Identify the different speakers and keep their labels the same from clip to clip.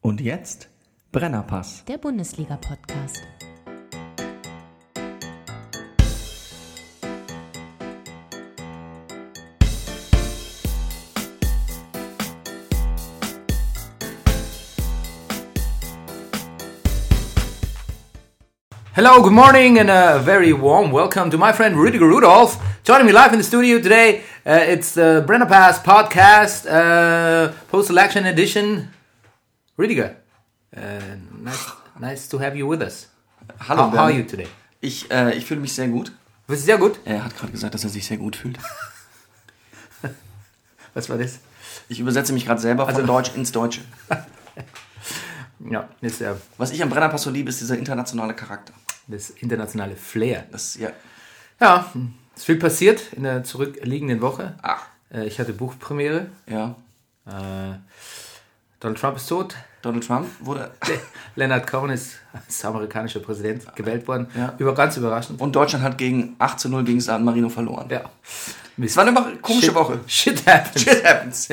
Speaker 1: Und jetzt Brennerpass.
Speaker 2: Der Bundesliga-Podcast.
Speaker 3: Hello, good morning, and a very warm welcome to my friend Rüdiger Rudolph. Joining me live in the studio today, it's the Brenner Pass podcast, post-election edition. Rüdiger, nice to have you with us.
Speaker 1: Hallo,
Speaker 3: how are you today?
Speaker 1: Ich fühle mich sehr gut.
Speaker 3: Bist du sehr gut?
Speaker 1: Er hat gerade gesagt, dass er sich sehr gut fühlt.
Speaker 3: Was war das?
Speaker 1: Ich übersetze mich gerade selber von Deutsch ins Deutsche.
Speaker 3: Ja, ist
Speaker 1: Was ich am Brennerpass so liebe, ist dieser internationale Charakter.
Speaker 3: das internationale Flair.
Speaker 1: Ja.
Speaker 3: Ja, ist viel passiert in der zurückliegenden Woche.
Speaker 1: Ach.
Speaker 3: Ich hatte Buchpremiere.
Speaker 1: Ja.
Speaker 3: Donald Trump ist tot.
Speaker 1: Donald Trump wurde...
Speaker 3: Leonard Cohen ist als amerikanischer Präsident gewählt worden.
Speaker 1: Ja.
Speaker 3: Ganz überraschend.
Speaker 1: Und Deutschland hat 8-0 gegen San Marino verloren.
Speaker 3: Ja.
Speaker 1: Es war eine komische Woche.
Speaker 3: Shit happens.
Speaker 1: Shit happens.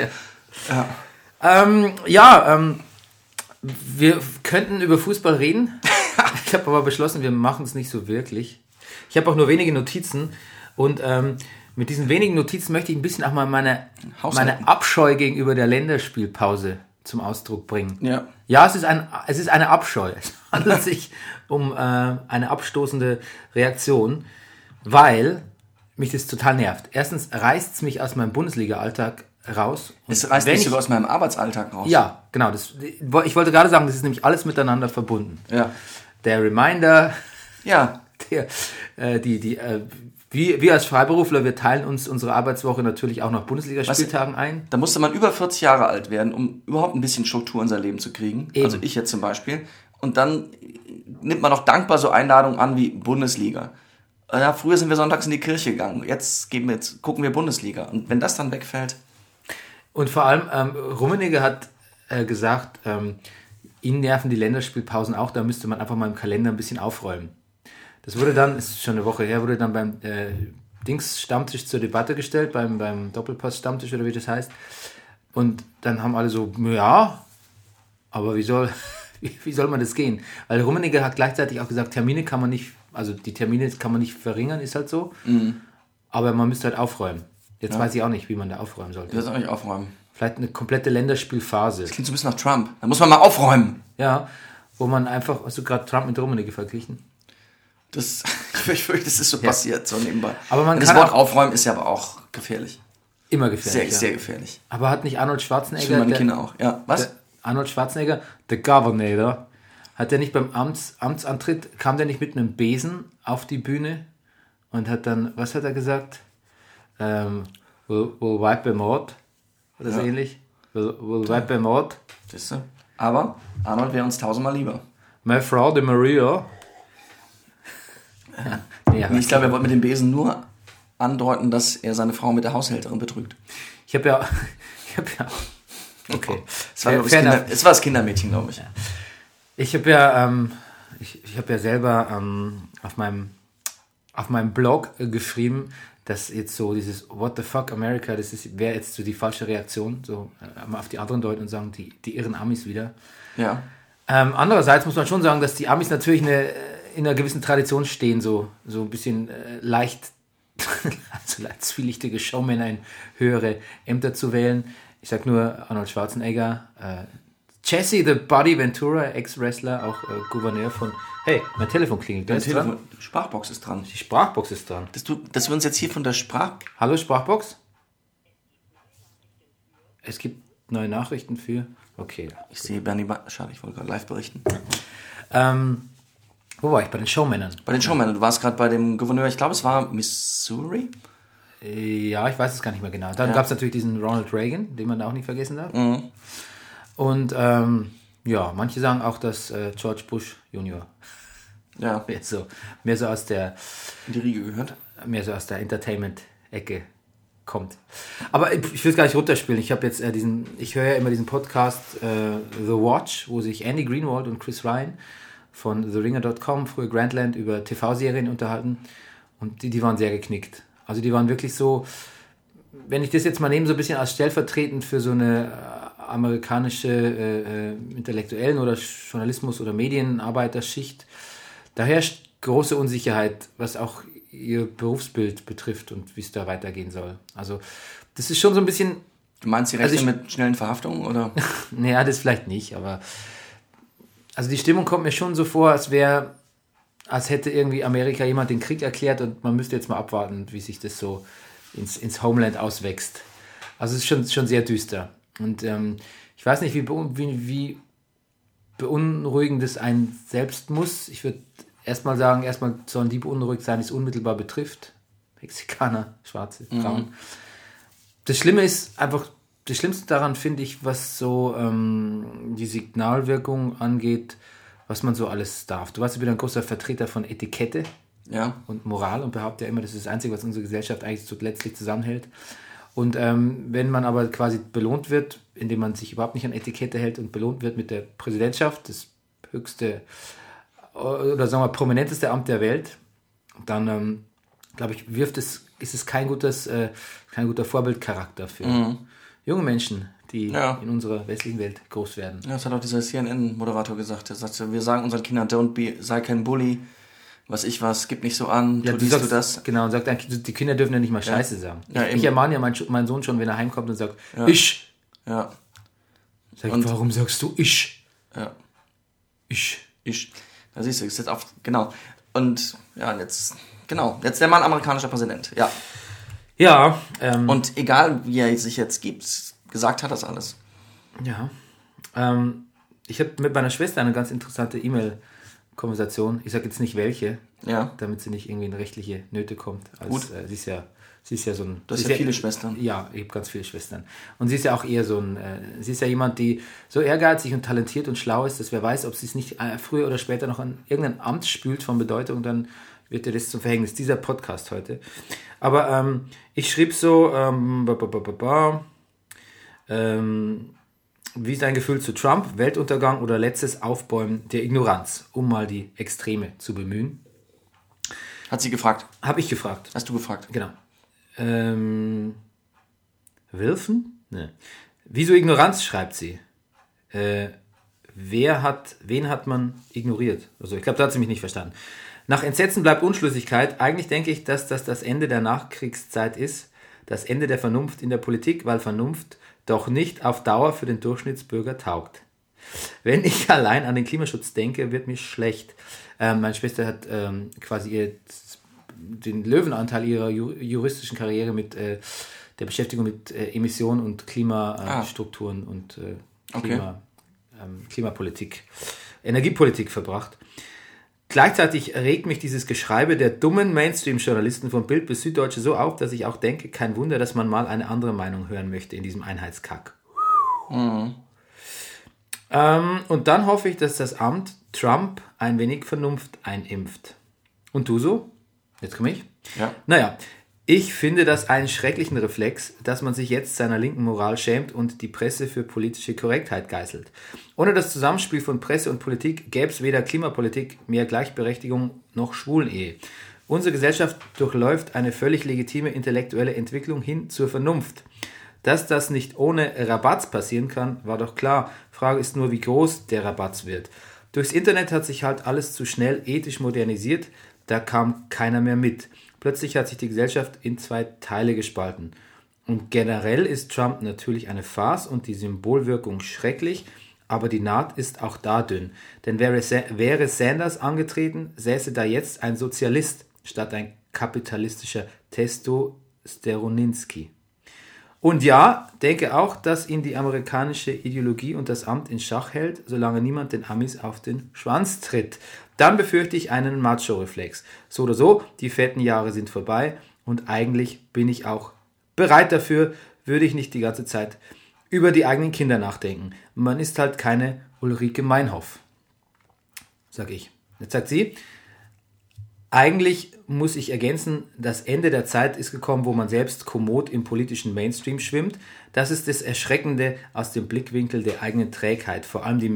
Speaker 3: Ja. Wir könnten über Fußball reden. Ich habe aber beschlossen, wir machen es nicht so wirklich. Ich habe auch nur wenige Notizen. Und mit diesen wenigen Notizen möchte ich ein bisschen auch mal meine Abscheu gegenüber der Länderspielpause zum Ausdruck bringen.
Speaker 1: Ja.
Speaker 3: Ja, es ist eine Abscheu. Es handelt sich um eine abstoßende Reaktion, weil mich das total nervt. Erstens reißt es mich aus meinem Bundesliga-Alltag raus.
Speaker 1: Es reißt mich sogar aus meinem Arbeitsalltag raus.
Speaker 3: Ja, genau. Ich wollte gerade sagen, das ist nämlich alles miteinander verbunden.
Speaker 1: Ja.
Speaker 3: Der Reminder,
Speaker 1: Ja.
Speaker 3: wir als Freiberufler, wir teilen uns unsere Arbeitswoche natürlich auch nach Bundesligaspieltagen ein.
Speaker 1: Da musste man über 40 Jahre alt werden, um überhaupt ein bisschen Struktur in sein Leben zu kriegen.
Speaker 3: Eben.
Speaker 1: Also ich jetzt zum Beispiel. Und dann nimmt man auch dankbar so Einladungen an wie Bundesliga. Ja, früher sind wir sonntags in die Kirche gegangen. Jetzt gucken wir Bundesliga. Und wenn das dann wegfällt...
Speaker 3: Und vor allem, Rummenigge hat gesagt, ihn nerven die Länderspielpausen auch, da müsste man einfach mal im Kalender ein bisschen aufräumen. Das wurde dann, ist schon eine Woche her, wurde dann beim Stammtisch zur Debatte gestellt, beim Doppelpass-Stammtisch oder wie das heißt. Und dann haben alle so, ja, aber wie soll man das gehen? Weil Rummenigge hat gleichzeitig auch gesagt, die Termine kann man nicht verringern, ist halt so. Mhm. Aber man müsste halt aufräumen. Jetzt weiß ich auch nicht, wie man da aufräumen sollte.
Speaker 1: Das soll auch nicht aufräumen.
Speaker 3: Vielleicht eine komplette Länderspielphase.
Speaker 1: Das klingt so ein bisschen nach Trump. Da muss man mal aufräumen.
Speaker 3: Ja, wo man einfach, hast du gerade Trump mit Rummenigge verglichen?
Speaker 1: Ich fürchte, das ist so passiert, so nebenbei.
Speaker 3: Aber
Speaker 1: das Wort aufräumen ist ja aber auch gefährlich.
Speaker 3: Immer gefährlich.
Speaker 1: Sehr, sehr gefährlich.
Speaker 3: Aber hat nicht Arnold Schwarzenegger...
Speaker 1: Für meine Kinder auch. Ja, was?
Speaker 3: Arnold Schwarzenegger, der Governor, hat der nicht beim Amtsantritt, kam der nicht mit einem Besen auf die Bühne und hat dann, was hat er gesagt? We'll wipe him out. Oder so ähnlich. We'll wipe him out.
Speaker 1: Siehst du? Aber Arnold wäre uns tausendmal lieber.
Speaker 3: My Frau, die Maria.
Speaker 1: Ich glaube, er wollte mit dem Besen nur andeuten, dass er seine Frau mit der Haushälterin betrügt.
Speaker 3: Ich habe ja... Okay.
Speaker 1: Es war das Kindermädchen, glaube ich.
Speaker 3: Ich habe ja, ich habe ja selber auf meinem Blog geschrieben, dass jetzt so dieses What the fuck America, wäre jetzt so die falsche Reaktion, so mal auf die anderen deuten und sagen, die irren Amis wieder.
Speaker 1: Ja.
Speaker 3: Andererseits muss man schon sagen, dass die Amis natürlich in einer gewissen Tradition stehen, so ein bisschen leicht, also zwielichtige Showmänner in höhere Ämter zu wählen. Ich sag nur Arnold Schwarzenegger, Jesse the Body Ventura, Ex-Wrestler, auch Gouverneur von... Hey, mein Telefon klingelt.
Speaker 1: Die Sprachbox ist dran.
Speaker 3: Die Sprachbox ist dran.
Speaker 1: Dass wir uns jetzt hier von der
Speaker 3: Hallo, Sprachbox? Es gibt neue Nachrichten für... Okay.
Speaker 1: Ich sehe Bernie... Schade, ich wollte gerade live berichten.
Speaker 3: Wo war ich? Bei den Showmännern.
Speaker 1: Bei den Showmännern. Du warst gerade bei dem Gouverneur, ich glaube, es war Missouri?
Speaker 3: Ja, ich weiß es gar nicht mehr genau. Dann gab es natürlich diesen Ronald Reagan, den man auch nicht vergessen darf.
Speaker 1: Mhm.
Speaker 3: Und manche sagen auch, dass George Bush Junior mehr so aus der...
Speaker 1: In die Riege gehört.
Speaker 3: Mehr so aus der Entertainment-Ecke kommt. Aber ich will es gar nicht runterspielen. Ich habe jetzt ich höre ja immer diesen Podcast The Watch, wo sich Andy Greenwald und Chris Ryan von TheRinger.com, früher Grandland, über TV-Serien unterhalten. Und die waren sehr geknickt. Also die waren wirklich so, wenn ich das jetzt mal nehme, so ein bisschen als stellvertretend für so eine amerikanische Intellektuellen oder Journalismus- oder Medienarbeiterschicht. Da herrscht große Unsicherheit, was auch ihr Berufsbild betrifft und wie es da weitergehen soll. Also das ist schon so ein bisschen...
Speaker 1: Du meinst, die rechnen mit schnellen Verhaftungen, oder?
Speaker 3: Naja, das vielleicht nicht, aber... Also die Stimmung kommt mir schon so vor, als hätte irgendwie Amerika jemand den Krieg erklärt und man müsste jetzt mal abwarten, wie sich das so ins Homeland auswächst. Also es ist schon sehr düster. Und ich weiß nicht, wie beunruhigend es einen selbst muss. Ich würde erstmal sagen, sollen die beunruhigt sein, die es unmittelbar betrifft. Mexikaner, Schwarze, Frauen. Das Schlimmste daran finde ich, was so die Signalwirkung angeht, was man so alles darf. Du warst ja wieder ein großer Vertreter von Etikette und Moral und behauptet ja immer, das ist das Einzige, was unsere Gesellschaft eigentlich letztlich zusammenhält. Und wenn man aber quasi belohnt wird, indem man sich überhaupt nicht an Etikette hält und belohnt wird mit der Präsidentschaft, das höchste oder sagen wir prominenteste Amt der Welt, dann glaube ich, ist es kein guter Vorbildcharakter für junge Menschen, die in unserer westlichen Welt groß werden.
Speaker 1: Ja, das hat auch dieser CNN-Moderator gesagt. Der sagte, wir sagen unseren Kindern, sei kein Bully, gib nicht so an,
Speaker 3: du das. Genau, und sagt, die Kinder dürfen ja nicht mal Scheiße sagen.
Speaker 1: Ja,
Speaker 3: ich ermahne ja meinen Sohn schon, wenn er heimkommt und sagt, ich.
Speaker 1: Ja.
Speaker 3: Sag ich, warum sagst du ich?
Speaker 1: Ja.
Speaker 3: Ich.
Speaker 1: Da siehst du, ist jetzt auf, genau. Und jetzt der Mann amerikanischer Präsident, ja.
Speaker 3: Ja.
Speaker 1: Und egal, wie er sich jetzt gibt, gesagt hat das alles.
Speaker 3: Ja. Ich habe mit meiner Schwester eine ganz interessante E-Mail-Konversation. Ich sage jetzt nicht welche, damit sie nicht irgendwie in rechtliche Nöte kommt.
Speaker 1: Gut.
Speaker 3: Sie ist ja so ein...
Speaker 1: Du hast ja viele Schwestern.
Speaker 3: Ja, ich habe ganz viele Schwestern. Und sie ist ja auch eher so sie ist ja jemand, die so ehrgeizig und talentiert und schlau ist, dass wer weiß, ob sie es nicht früher oder später noch an irgendein Amt spült von Bedeutung, dann wird dir das zum Verhängnis. Dieser Podcast heute. Aber ich schrieb so, wie ist dein Gefühl zu Trump, Weltuntergang oder letztes Aufbäumen der Ignoranz, um mal die Extreme zu bemühen?
Speaker 1: Hat sie gefragt?
Speaker 3: Habe ich gefragt.
Speaker 1: Hast du gefragt?
Speaker 3: Genau. Wilfen? Ne. Wieso Ignoranz, schreibt sie. Wen hat man ignoriert? Also ich glaube, da hat sie mich nicht verstanden. Nach Entsetzen bleibt Unschlüssigkeit. Eigentlich denke ich, dass das Ende der Nachkriegszeit ist. Das Ende der Vernunft in der Politik, weil Vernunft doch nicht auf Dauer für den Durchschnittsbürger taugt. Wenn ich allein an den Klimaschutz denke, wird mir schlecht. Meine Schwester hat quasi den Löwenanteil ihrer juristischen Karriere mit der Beschäftigung mit Emissionen und Klimastrukturen und Klimapolitik, Energiepolitik verbracht. Gleichzeitig regt mich dieses Geschreibe der dummen Mainstream-Journalisten von Bild bis Süddeutsche so auf, dass ich auch denke, kein Wunder, dass man mal eine andere Meinung hören möchte in diesem Einheitskack. Und dann hoffe ich, dass das Amt Trump ein wenig Vernunft einimpft. Und du so? Jetzt komme ich.
Speaker 1: Ja.
Speaker 3: Naja, ich finde das einen schrecklichen Reflex, dass man sich jetzt seiner linken Moral schämt und die Presse für politische Korrektheit geißelt. Ohne das Zusammenspiel von Presse und Politik gäbe es weder Klimapolitik, mehr Gleichberechtigung noch Schwulenehe. Unsere Gesellschaft durchläuft eine völlig legitime intellektuelle Entwicklung hin zur Vernunft. Dass das nicht ohne Rabatz passieren kann, war doch klar. Frage ist nur, wie groß der Rabatz wird. Durchs Internet hat sich halt alles zu schnell ethisch modernisiert, da kam keiner mehr mit. Plötzlich hat sich die Gesellschaft in zwei Teile gespalten. Und generell ist Trump natürlich eine Farce und die Symbolwirkung schrecklich, aber die Naht ist auch da dünn. Denn wäre Sanders angetreten, säße da jetzt ein Sozialist statt ein kapitalistischer Testosteroninski. Und ja, denke auch, dass ihn die amerikanische Ideologie und das Amt in Schach hält, solange niemand den Amis auf den Schwanz tritt. Dann befürchte ich einen Macho-Reflex. So oder so, die fetten Jahre sind vorbei und eigentlich bin ich auch bereit dafür, würde ich nicht die ganze Zeit über die eigenen Kinder nachdenken. Man ist halt keine Ulrike Meinhoff, sag ich. Jetzt sagt sie, eigentlich muss ich ergänzen, das Ende der Zeit ist gekommen, wo man selbst kommod im politischen Mainstream schwimmt. Das ist das Erschreckende aus dem Blickwinkel der eigenen Trägheit, vor allem die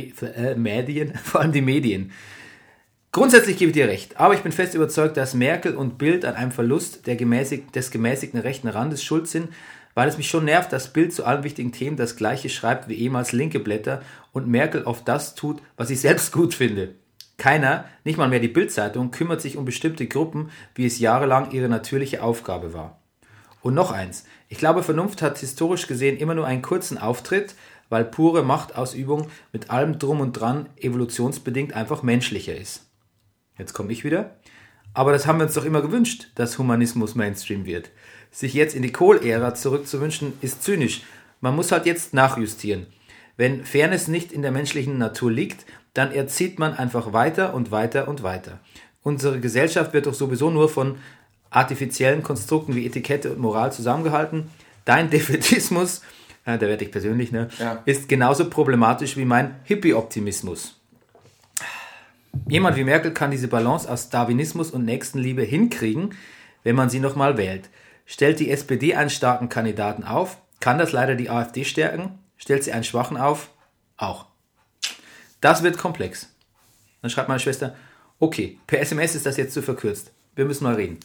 Speaker 3: Medien. Grundsätzlich gebe ich dir recht, aber ich bin fest überzeugt, dass Merkel und Bildt an einem Verlust des gemäßigten rechten Randes schuld sind, weil es mich schon nervt, dass Bild zu allen wichtigen Themen das Gleiche schreibt wie ehemals linke Blätter und Merkel oft das tut, was ich selbst gut finde. Keiner, nicht mal mehr die Bild-Zeitung, kümmert sich um bestimmte Gruppen, wie es jahrelang ihre natürliche Aufgabe war. Und noch eins. Ich glaube, Vernunft hat historisch gesehen immer nur einen kurzen Auftritt, weil pure Machtausübung mit allem Drum und Dran evolutionsbedingt einfach menschlicher ist. Jetzt komme ich wieder. Aber das haben wir uns doch immer gewünscht, dass Humanismus Mainstream wird. Sich jetzt in die Kohl-Ära zurückzuwünschen, ist zynisch. Man muss halt jetzt nachjustieren. Wenn Fairness nicht in der menschlichen Natur liegt, dann erzieht man einfach weiter und weiter und weiter. Unsere Gesellschaft wird doch sowieso nur von artifiziellen Konstrukten wie Etikette und Moral zusammengehalten. Dein Defätismus, der werde ich persönlich, ist genauso problematisch wie mein Hippie-Optimismus. Jemand wie Merkel kann diese Balance aus Darwinismus und Nächstenliebe hinkriegen, wenn man sie nochmal wählt. Stellt die SPD einen starken Kandidaten auf, kann das leider die AfD stärken. Stellt sie einen Schwachen auf, auch. Das wird komplex. Dann schreibt meine Schwester, okay, per SMS ist das jetzt zu verkürzt. Wir müssen mal reden.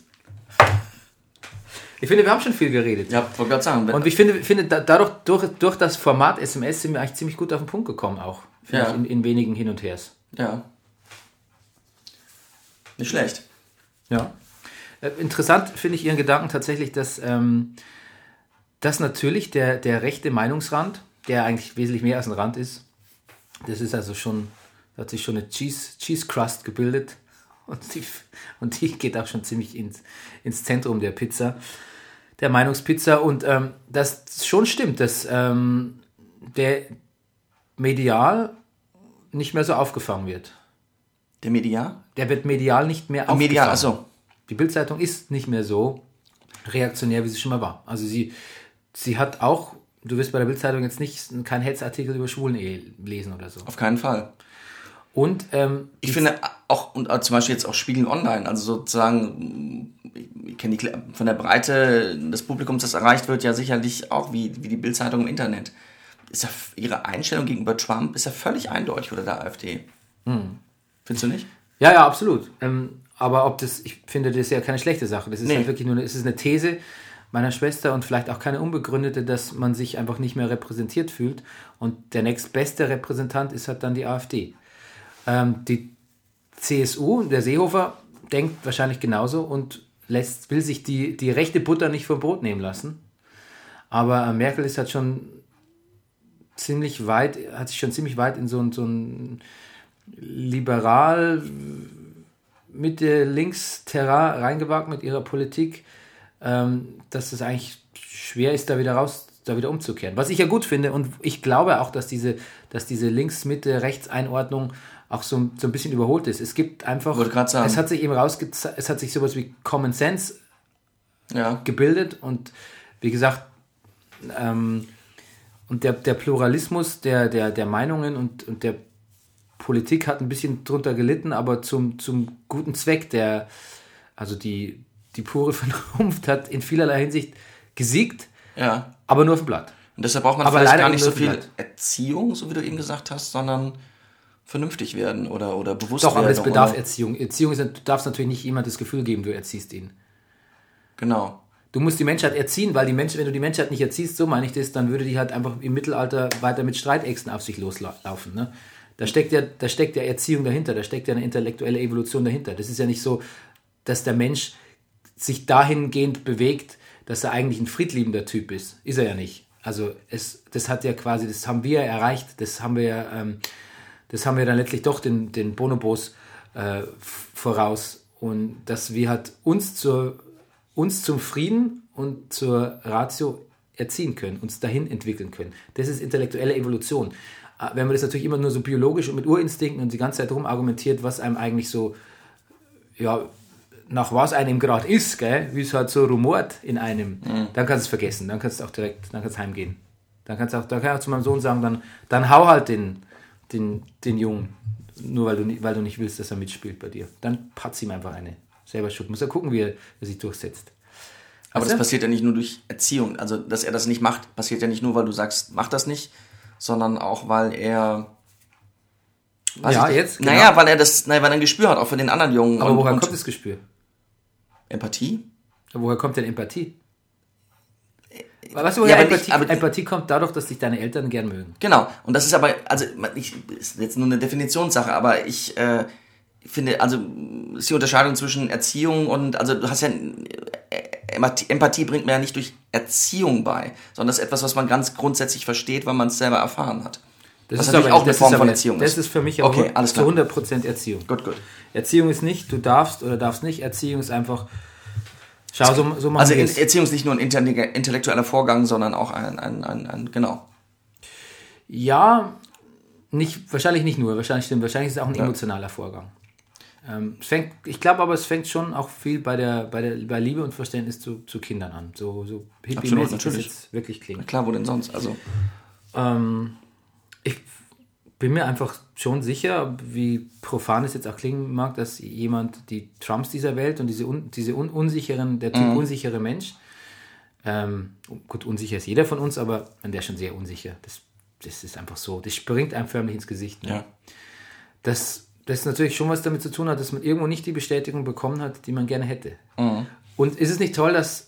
Speaker 3: Ich finde, wir haben schon viel geredet.
Speaker 1: Ja, wollte gerade sagen.
Speaker 3: Und ich finde dadurch, durch das Format SMS sind wir eigentlich ziemlich gut auf den Punkt gekommen auch. Finde ich, in wenigen Hin und Hers.
Speaker 1: Ja. Nicht schlecht.
Speaker 3: Ja. Interessant finde ich Ihren Gedanken tatsächlich, dass natürlich der rechte Meinungsrand, der eigentlich wesentlich mehr als ein Rand ist, das ist also schon, da hat sich schon eine Cheese Crust gebildet und die geht auch schon ziemlich ins Zentrum der Pizza, der Meinungspizza, und das schon stimmt, dass der medial nicht mehr so aufgefangen wird.
Speaker 1: Der Medial?
Speaker 3: Der wird medial nicht mehr aufgefangen.
Speaker 1: Medial, achso.
Speaker 3: Die Bild-Zeitung ist nicht mehr so reaktionär, wie sie schon mal war. Also sie hat auch, du wirst bei der Bild-Zeitung jetzt keinen Hetzartikel über Schwulen-Ehe lesen oder so.
Speaker 1: Auf keinen Fall.
Speaker 3: Und
Speaker 1: ich finde auch, und zum Beispiel jetzt auch Spiegel Online, also sozusagen, ich kenne von der Breite des Publikums, das erreicht wird, ja sicherlich auch wie die Bild-Zeitung im Internet. Ist ja ihre Einstellung gegenüber Trump ist ja völlig eindeutig oder der AfD. Findest du nicht?
Speaker 3: Ja, absolut. Aber ich finde, das ist ja keine schlechte Sache. Das ist halt wirklich nur es ist eine These meiner Schwester und vielleicht auch keine unbegründete, dass man sich einfach nicht mehr repräsentiert fühlt. Und der nächstbeste Repräsentant ist halt dann die AfD. Die CSU, der Seehofer, denkt wahrscheinlich genauso und will sich die rechte Butter nicht vom Brot nehmen lassen. Aber Merkel ist halt schon ziemlich weit, hat sich schon ziemlich weit in so ein liberal Mitte-Links-Terrain reingewagt mit ihrer Politik, dass es eigentlich schwer ist, da wieder umzukehren. Was ich ja gut finde, und ich glaube auch, dass diese Links-Mitte-Rechts-Einordnung auch so ein bisschen überholt ist. Es gibt einfach, es hat sich eben es hat sich sowas wie Common Sense gebildet und wie gesagt, und der Pluralismus der Meinungen und der Politik hat ein bisschen drunter gelitten, aber zum guten Zweck, also die pure Vernunft hat in vielerlei Hinsicht gesiegt, aber nur auf dem Blatt.
Speaker 1: Und deshalb braucht man vielleicht gar nicht so viel Erziehung, so wie du eben gesagt hast, sondern vernünftig werden oder bewusst werden.
Speaker 3: Doch, aber es bedarf Erziehung. Erziehung ist, du darfst natürlich nicht jemand das Gefühl geben, du erziehst ihn.
Speaker 1: Genau.
Speaker 3: Du musst die Menschheit erziehen, weil wenn du die Menschheit nicht erziehst, so meine ich das, dann würde die halt einfach im Mittelalter weiter mit Streitäxten auf sich loslaufen. Ne? Da steckt ja Erziehung dahinter, da steckt ja eine intellektuelle Evolution dahinter. Das ist ja nicht so, dass der Mensch sich dahingehend bewegt, dass er eigentlich ein friedliebender Typ ist. Ist er ja nicht. Also das haben wir erreicht, das haben wir dann letztlich doch den Bonobos voraus. Und dass wir halt uns zum Frieden und zur Ratio erziehen können, uns dahin entwickeln können. Das ist intellektuelle Evolution. Wenn man das natürlich immer nur so biologisch und mit Urinstinkten und die ganze Zeit drum argumentiert, was einem eigentlich so, nach was einem gerade ist, gell? Wie es halt so rumort in einem, dann kannst du es vergessen, dann kannst du auch direkt, heimgehen. Dann kann ich auch zu meinem Sohn sagen, dann hau halt den Jungen, nur weil du nicht willst, dass er mitspielt bei dir. Dann patz ihm einfach eine. Selber schuld. Muss er gucken, wie er sich durchsetzt.
Speaker 1: Aber das passiert ja nicht nur durch Erziehung. Also, dass er das nicht macht, passiert ja nicht nur, weil du sagst, mach das nicht, sondern auch, weil er...
Speaker 3: jetzt? Genau.
Speaker 1: Naja, weil er ein Gespür hat, auch für den anderen Jungen.
Speaker 3: Aber woher kommt das Gespür?
Speaker 1: Empathie?
Speaker 3: Woher kommt denn Empathie? Weißt du, woher Empathie kommt dadurch, dass dich deine Eltern gern mögen.
Speaker 1: Genau. Und das ist aber, also, ist jetzt nur eine Definitionssache, aber ich finde, also, ist die Unterscheidung zwischen Erziehung und, also, du hast ja, Empathie bringt man ja nicht durch Erziehung bei, sondern das ist etwas, was man ganz grundsätzlich versteht, weil man es selber erfahren hat.
Speaker 3: Das
Speaker 1: was
Speaker 3: ist
Speaker 1: natürlich
Speaker 3: aber,
Speaker 1: auch eine Form von Erziehung ist.
Speaker 3: Das ist für mich aber
Speaker 1: alles
Speaker 3: zu
Speaker 1: klar.
Speaker 3: 100% Erziehung.
Speaker 1: Gut.
Speaker 3: Erziehung ist nicht, du darfst oder darfst nicht. Erziehung ist einfach, schau, so machen
Speaker 1: also
Speaker 3: wir es.
Speaker 1: Erziehung ist nicht nur ein intellektueller Vorgang, sondern auch ein genau.
Speaker 3: Ja, wahrscheinlich nicht nur, wahrscheinlich ist es auch ein emotionaler Vorgang. Ich glaube aber, es fängt schon auch viel bei Liebe und Verständnis zu Kindern an. So hippie-mäßig das jetzt wirklich klingt.
Speaker 1: Na klar, wo denn sonst? Also.
Speaker 3: Ich bin mir einfach schon sicher, wie profan es jetzt auch klingen mag, dass jemand, die Trumps dieser Welt und der Typ unsichere Mensch, gut, unsicher ist jeder von uns, aber der ist schon sehr unsicher. Das ist einfach so, das springt einem förmlich ins Gesicht. Ne?
Speaker 1: Ja.
Speaker 3: Das natürlich schon was damit zu tun hat, dass man irgendwo nicht die Bestätigung bekommen hat, die man gerne hätte. Mhm. Und ist es nicht toll, dass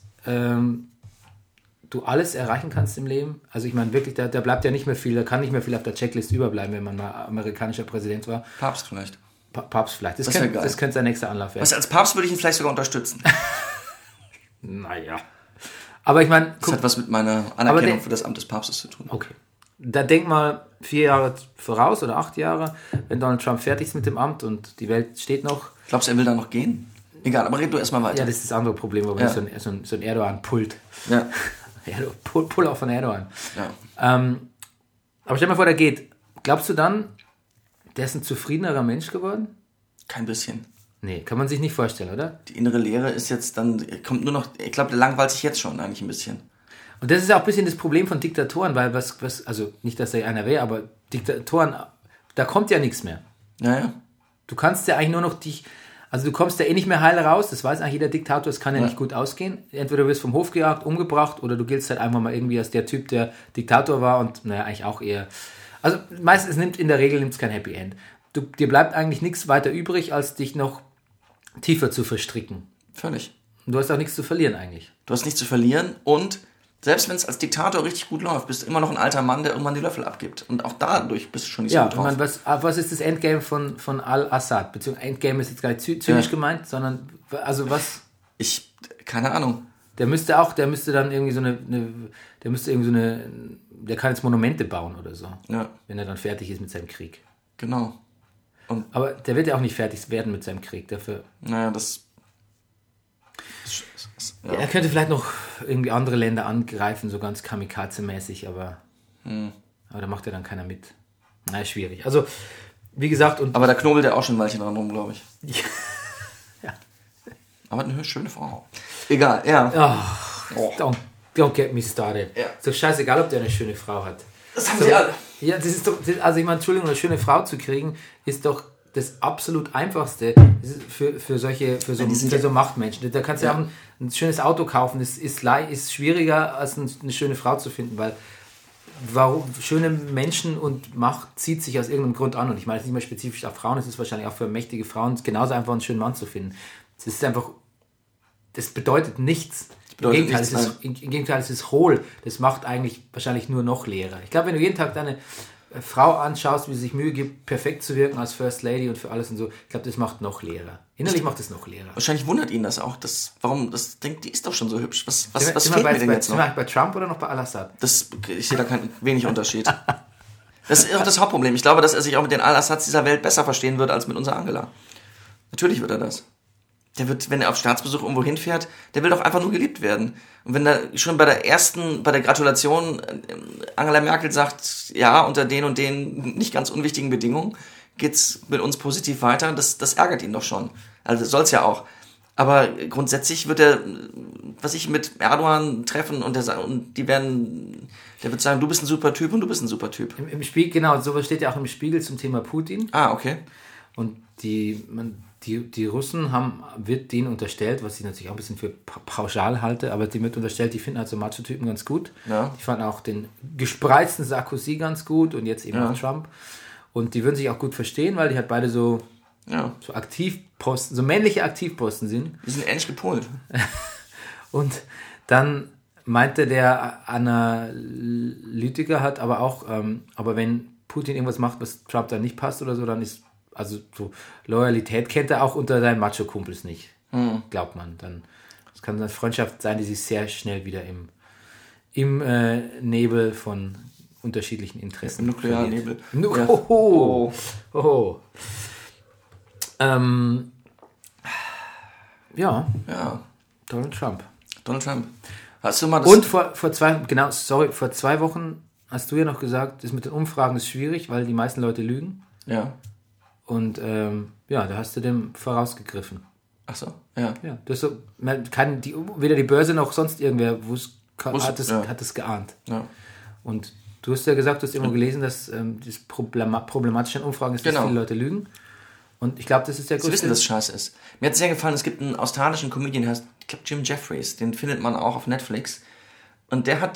Speaker 3: du alles erreichen kannst im Leben? Also ich meine wirklich, da bleibt ja nicht mehr viel, da kann nicht mehr viel auf der Checklist überbleiben, wenn man mal amerikanischer Präsident war.
Speaker 1: Papst vielleicht.
Speaker 3: Papst vielleicht. Das könnte sein nächster Anlauf werden.
Speaker 1: Als Papst würde ich ihn vielleicht sogar unterstützen.
Speaker 3: Naja. Aber ich meine...
Speaker 1: Das hat was mit meiner Anerkennung für das Amt des Papstes zu tun.
Speaker 3: Okay. Da denk mal 4 Jahre voraus oder 8 Jahre, wenn Donald Trump fertig ist mit dem Amt und die Welt steht noch.
Speaker 1: Glaubst du, er will da noch gehen? Egal, aber red du erstmal weiter.
Speaker 3: Ja, das ist das andere Problem, wo man so ein Erdogan-Pult.
Speaker 1: Ja.
Speaker 3: Pull auch von Erdogan.
Speaker 1: Ja.
Speaker 3: Aber stell dir mal vor, der geht. Glaubst du dann, der ist ein zufriedenerer Mensch geworden?
Speaker 1: Kein bisschen.
Speaker 3: Nee, kann man sich nicht vorstellen, oder?
Speaker 1: Die innere Leere ist jetzt dann, kommt nur noch, ich glaube, der langweilt sich jetzt schon eigentlich ein bisschen.
Speaker 3: Und das ist auch ein bisschen das Problem von Diktatoren, weil also nicht, dass er einer wäre, aber Diktatoren, da kommt ja nichts mehr.
Speaker 1: Ja.
Speaker 3: Du kannst ja eigentlich nur noch also du kommst ja nicht mehr heil raus, das weiß eigentlich jeder Diktator, es kann ja nicht gut ausgehen. Entweder du wirst vom Hof gejagt, umgebracht oder du giltst halt einfach mal irgendwie als der Typ, der Diktator war und eigentlich auch eher... Also meistens in der Regel nimmt es kein Happy End. Dir bleibt eigentlich nichts weiter übrig, als dich noch tiefer zu verstricken.
Speaker 1: Völlig.
Speaker 3: Und du hast auch nichts zu verlieren eigentlich.
Speaker 1: Du hast nichts zu verlieren und selbst wenn es als Diktator richtig gut läuft, bist du immer noch ein alter Mann, der irgendwann die Löffel abgibt. Und auch dadurch bist du schon nicht so gut drauf.
Speaker 3: Ja, was ist das Endgame von Al-Assad? Beziehungsweise Endgame ist jetzt gar nicht zynisch gemeint, sondern, also was?
Speaker 1: Keine Ahnung.
Speaker 3: Der müsste dann irgendwie der kann jetzt Monumente bauen oder so. Ja. Wenn er dann fertig ist mit seinem Krieg.
Speaker 1: Genau.
Speaker 3: Aber der wird ja auch nicht fertig werden mit seinem Krieg. Dafür.
Speaker 1: Naja,
Speaker 3: ja. Er könnte vielleicht noch irgendwie andere Länder angreifen, so ganz Kamikaze-mäßig, aber da macht ja dann keiner mit. Naja, schwierig. Also, wie gesagt...
Speaker 1: aber da knobelt er auch schon ein Weilchen dran rum, glaube ich.
Speaker 3: Ja.
Speaker 1: Aber eine schöne Frau. Egal, ja.
Speaker 3: Don't get me started. Ja. Ist doch scheißegal, ob der eine schöne Frau hat.
Speaker 1: Das haben sie alle.
Speaker 3: Ja, das ist doch... Also ich meine, Entschuldigung, eine schöne Frau zu kriegen, ist doch das absolut Einfachste für so Machtmenschen. Da kannst du ja auch ein schönes Auto kaufen. Das ist schwieriger, als eine schöne Frau zu finden, weil schöne Menschen und Macht zieht sich aus irgendeinem Grund an. Und ich meine es nicht mehr spezifisch auf Frauen, es ist wahrscheinlich auch für mächtige Frauen genauso einfach, einen schönen Mann zu finden. Das bedeutet nichts. Im Gegenteil, es ist hohl. Das macht eigentlich wahrscheinlich nur noch leerer. Ich glaube, wenn du jeden Tag deine Frau anschaust, wie sie sich Mühe gibt, perfekt zu wirken als First Lady und für alles und so, ich glaube, das macht noch leerer. Innerlich macht es noch leerer.
Speaker 1: Wahrscheinlich wundert ihn das auch. Die ist doch schon so hübsch. Was fehlt mir denn jetzt noch?
Speaker 3: Sind wir bei Trump oder noch bei Al-Assad?
Speaker 1: Ich sehe da keinen wenig Unterschied. Das ist auch das Hauptproblem. Ich glaube, dass er sich auch mit den Al-Assads dieser Welt besser verstehen wird als mit unserer Angela. Natürlich wird er das. Der wird, wenn er auf Staatsbesuch irgendwo hinfährt, der will doch einfach nur geliebt werden. Und wenn er schon bei der Gratulation Angela Merkel sagt, ja, unter den und den nicht ganz unwichtigen Bedingungen geht's mit uns positiv weiter, das ärgert ihn doch schon. Also soll's ja auch. Aber grundsätzlich wird er, mit Erdogan treffen und der wird sagen, du bist ein super Typ und du bist ein super Typ.
Speaker 3: Im Spiegel, genau, sowas steht ja auch im Spiegel zum Thema Putin.
Speaker 1: Ah, okay.
Speaker 3: Und die Russen wird denen unterstellt, was ich natürlich auch ein bisschen für pauschal halte, aber die wird unterstellt, die finden halt so Macho-Typen ganz gut. Ja. Die fanden auch den gespreizten Sarkozy ganz gut und jetzt eben auch Trump. Und die würden sich auch gut verstehen, weil die halt beide so Aktivposten, so männliche Aktivposten sind.
Speaker 1: Die sind ähnlich gepolt.
Speaker 3: Und dann meinte der Analytiker hat aber auch, aber wenn Putin irgendwas macht, was Trump dann nicht passt oder so, dann ist, also so Loyalität kennt er auch unter seinen Macho-Kumpels nicht, glaubt man. Dann es kann eine Freundschaft sein, die sich sehr schnell wieder im Nebel von unterschiedlichen Interessen.
Speaker 1: Im Nuklearnebel.
Speaker 3: Ja.
Speaker 1: Ja.
Speaker 3: Donald Trump.
Speaker 1: Hast du mal das...
Speaker 3: Und vor 2 Wochen hast du ja noch gesagt, das mit den Umfragen ist schwierig, weil die meisten Leute lügen.
Speaker 1: Ja.
Speaker 3: Und da hast du dem vorausgegriffen.
Speaker 1: Ach so, ja.
Speaker 3: Ja, das so, weder die Börse noch sonst irgendwer hat es geahnt.
Speaker 1: Ja.
Speaker 3: Und du hast ja gesagt, du hast irgendwo gelesen, dass das Problematische an Umfragen ist, dass viele Leute lügen. Und ich glaube, das ist der größte...
Speaker 1: Sie wissen, dass es scheiße ist. Mir hat es sehr gefallen, es gibt einen australischen Comedian, der heißt, ich glaube, Jim Jeffries, den findet man auch auf Netflix. Und der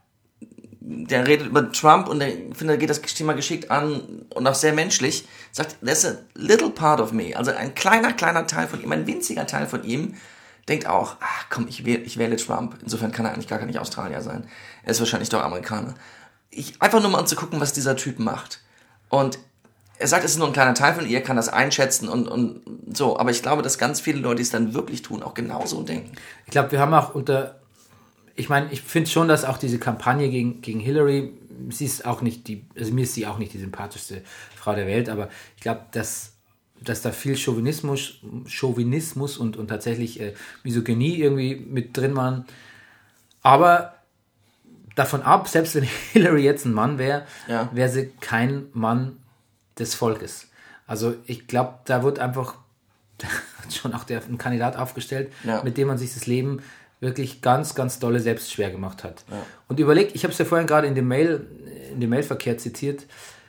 Speaker 1: redet über Trump und ich finde, der geht das Thema geschickt an und auch sehr menschlich. Sagt, there's a little part of me, also ein kleiner Teil von ihm, ein winziger Teil von ihm, denkt auch, komm, ich wähle Trump. Insofern kann er eigentlich gar nicht Australier sein. Er ist wahrscheinlich doch Amerikaner. Einfach nur mal um zu gucken, was dieser Typ macht. Und er sagt, es ist nur ein kleiner Teil von ihr, kann das einschätzen und so. Aber ich glaube, dass ganz viele Leute, die es dann wirklich tun, auch genauso denken.
Speaker 3: Ich glaube, wir haben auch ich finde schon, dass auch diese Kampagne gegen Hillary, sie ist auch nicht mir ist sie auch nicht die sympathischste Frau der Welt, aber ich glaube, dass da viel Chauvinismus und tatsächlich Misogynie irgendwie mit drin waren. Aber davon ab, selbst wenn Hillary jetzt ein Mann wäre, wäre sie kein Mann des Volkes. Also ich glaube, da wird einfach schon auch ein Kandidat aufgestellt, mit dem man sich das Leben wirklich ganz, ganz dolle selbst schwer gemacht hat. Ja. Und überlegt, ich habe es ja vorhin gerade in dem Mailverkehr zitiert,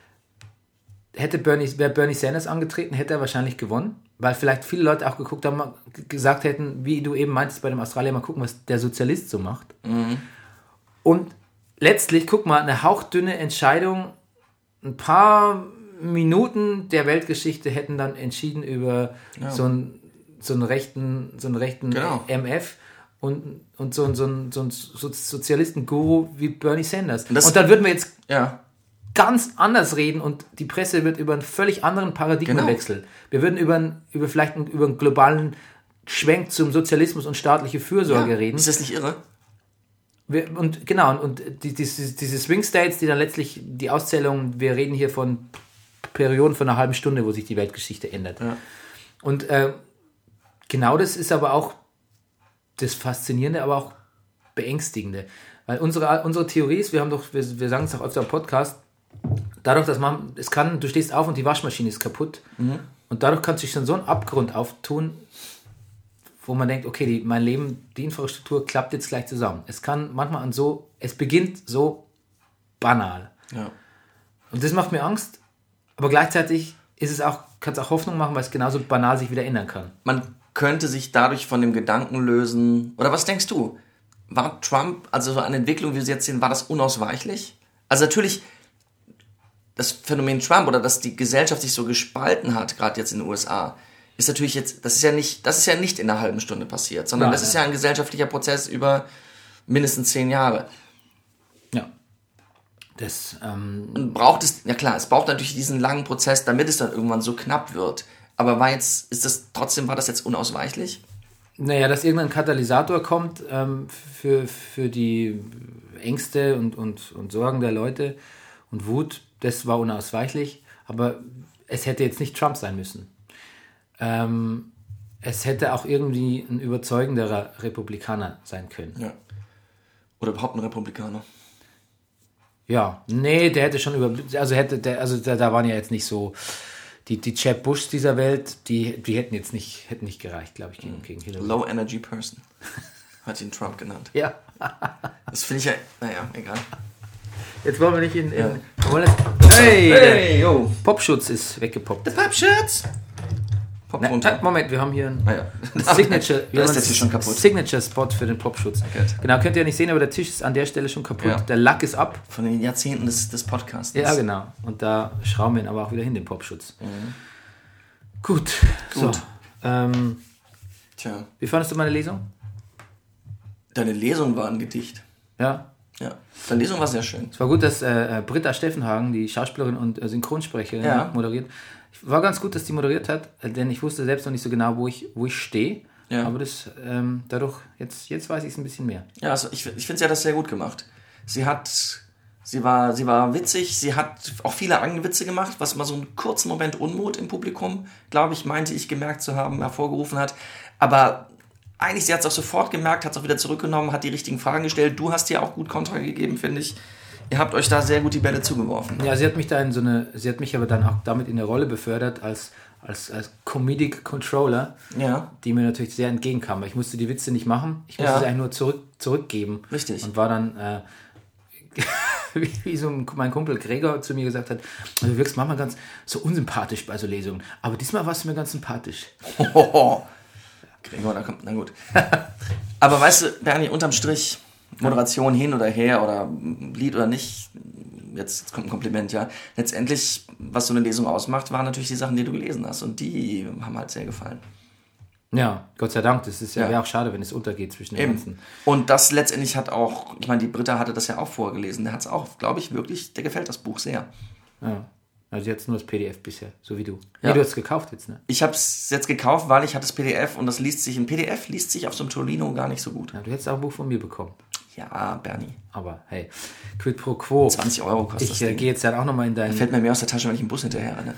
Speaker 3: wäre Bernie Sanders angetreten, hätte er wahrscheinlich gewonnen, weil vielleicht viele Leute auch geguckt haben, gesagt hätten, wie du eben meintest bei dem Australier, mal gucken, was der Sozialist so macht. Mhm. Und letztlich, guck mal, eine hauchdünne Entscheidung, ein paar Minuten der Weltgeschichte hätten dann entschieden über so einen rechten genau. MF und so einen Sozialisten-Guru wie Bernie Sanders. Und dann würden wir jetzt ganz anders reden und die Presse wird über einen völlig anderen Paradigmenwechsel. Genau. Wir würden über einen globalen Schwenk zum Sozialismus und staatliche Fürsorge reden.
Speaker 1: Ist das nicht irre?
Speaker 3: Diese Swing States, die dann letztlich die Auszählung, wir reden hier von Perioden von einer halben Stunde, wo sich die Weltgeschichte ändert. Ja. Und genau das ist aber auch das Faszinierende, aber auch Beängstigende. Weil unsere Theorie ist, wir sagen es auch öfter im Podcast, dadurch, dass du stehst auf und die Waschmaschine ist kaputt und dadurch kann sich schon so ein Abgrund auftun, wo man denkt, okay, mein Leben, die Infrastruktur klappt jetzt gleich zusammen. Es kann manchmal es beginnt so banal. Ja. Und das macht mir Angst, aber gleichzeitig kann es auch Hoffnung machen, weil es genauso banal sich wieder ändern kann.
Speaker 1: Man könnte sich dadurch von dem Gedanken lösen, oder was denkst du? War Trump, also so eine Entwicklung, wie wir sie jetzt sehen, war das unausweichlich? Also natürlich, das Phänomen Trump oder dass die Gesellschaft sich so gespalten hat, gerade jetzt in den USA, ist natürlich jetzt, das ist ja nicht in einer halben Stunde passiert, sondern das ist ja ein gesellschaftlicher Prozess über mindestens 10 Jahre.
Speaker 3: Ja.
Speaker 1: Und braucht es, ja klar, es braucht natürlich diesen langen Prozess, damit es dann irgendwann so knapp wird. Aber war das jetzt unausweichlich?
Speaker 3: Naja, dass irgendein Katalysator kommt für die Ängste und Sorgen der Leute und Wut, das war unausweichlich, aber es hätte jetzt nicht Trump sein müssen. Es hätte auch irgendwie ein überzeugenderer Republikaner sein können.
Speaker 1: Ja. Oder überhaupt ein Republikaner.
Speaker 3: Ja, nee, der hätte schon da waren ja jetzt nicht so die Jeb Bushs dieser Welt, die hätten nicht gereicht, glaube ich, gegen Hillary.
Speaker 1: Low Energy Person hat ihn Trump genannt.
Speaker 3: Ja.
Speaker 1: Das finde ich ja, naja, egal.
Speaker 3: Jetzt wollen wir nicht in
Speaker 1: hey, yo.
Speaker 3: Popschutz ist weggepoppt.
Speaker 1: Der Popschutz!
Speaker 3: Moment, wir haben hier einen
Speaker 1: Signature,
Speaker 3: Signature-Spot für den Popschutz. Okay. Genau, könnt ihr ja nicht sehen, aber der Tisch ist an der Stelle schon kaputt. Ja. Der Lack ist ab.
Speaker 1: Von den Jahrzehnten des Podcasts.
Speaker 3: Ja, genau. Und da schrauben wir ihn aber auch wieder hin, den Popschutz. Mhm. Gut. So.
Speaker 1: Tja.
Speaker 3: Wie fandest du meine Lesung?
Speaker 1: Deine Lesung war ein Gedicht.
Speaker 3: Ja.
Speaker 1: Ja, deine Lesung war sehr schön.
Speaker 3: Es war gut, dass Britta Steffenhagen, die Schauspielerin und Synchronsprecherin, moderiert. War ganz gut, dass die moderiert hat, denn ich wusste selbst noch nicht so genau, wo ich stehe. Ja. Aber das dadurch, jetzt weiß ich es ein bisschen mehr.
Speaker 1: Ja, also ich finde, sie hat das sehr gut gemacht. Sie war witzig, sie hat auch viele eigene Witze gemacht, was mal so einen kurzen Moment Unmut im Publikum, glaube ich, meinte ich gemerkt zu haben, hervorgerufen hat. Aber eigentlich, sie hat es auch sofort gemerkt, hat es auch wieder zurückgenommen, hat die richtigen Fragen gestellt. Du hast dir auch gut Kontra gegeben, finde ich. Ihr habt euch da sehr gut die Bälle zugeworfen.
Speaker 3: Ja, sie hat mich aber dann auch damit in eine Rolle befördert als Comedic Controller, die mir natürlich sehr entgegenkam. Ich musste die Witze nicht machen, ich musste sie eigentlich nur zurückgeben.
Speaker 1: Richtig.
Speaker 3: Und war dann, wie so mein Kumpel Gregor zu mir gesagt hat, du wirkst manchmal ganz so unsympathisch bei so Lesungen, aber diesmal warst du mir ganz sympathisch.
Speaker 1: Gregor, da kommt, na gut. Aber weißt du, Bernie, unterm Strich, Moderation hin oder her oder Lied oder nicht, jetzt kommt ein Kompliment, ja. Letztendlich, was so eine Lesung ausmacht, waren natürlich die Sachen, die du gelesen hast und die haben halt sehr gefallen.
Speaker 3: Ja, Gott sei Dank, das ist wäre auch schade, wenn es untergeht zwischen den ganzen.
Speaker 1: Und das letztendlich hat auch, ich meine, die Britta hatte das ja auch vorgelesen, der hat es auch, glaube ich, wirklich, der gefällt das Buch sehr.
Speaker 3: Ja. Also jetzt nur das PDF bisher, so wie du. Ja. Nee, du hast es gekauft jetzt, ne?
Speaker 1: Ich habe es jetzt gekauft, weil ich hatte das PDF und ein PDF liest sich auf so einem Tolino gar nicht so gut.
Speaker 3: Ja, du hättest auch ein Buch von mir bekommen.
Speaker 1: Ja, Bernie.
Speaker 3: Aber hey, quid pro quo.
Speaker 1: 20 Euro kostet das.
Speaker 3: Ich gehe jetzt dann auch nochmal in deinen...
Speaker 1: Da fällt mir mehr aus der Tasche, wenn ich im Bus hinterher renne.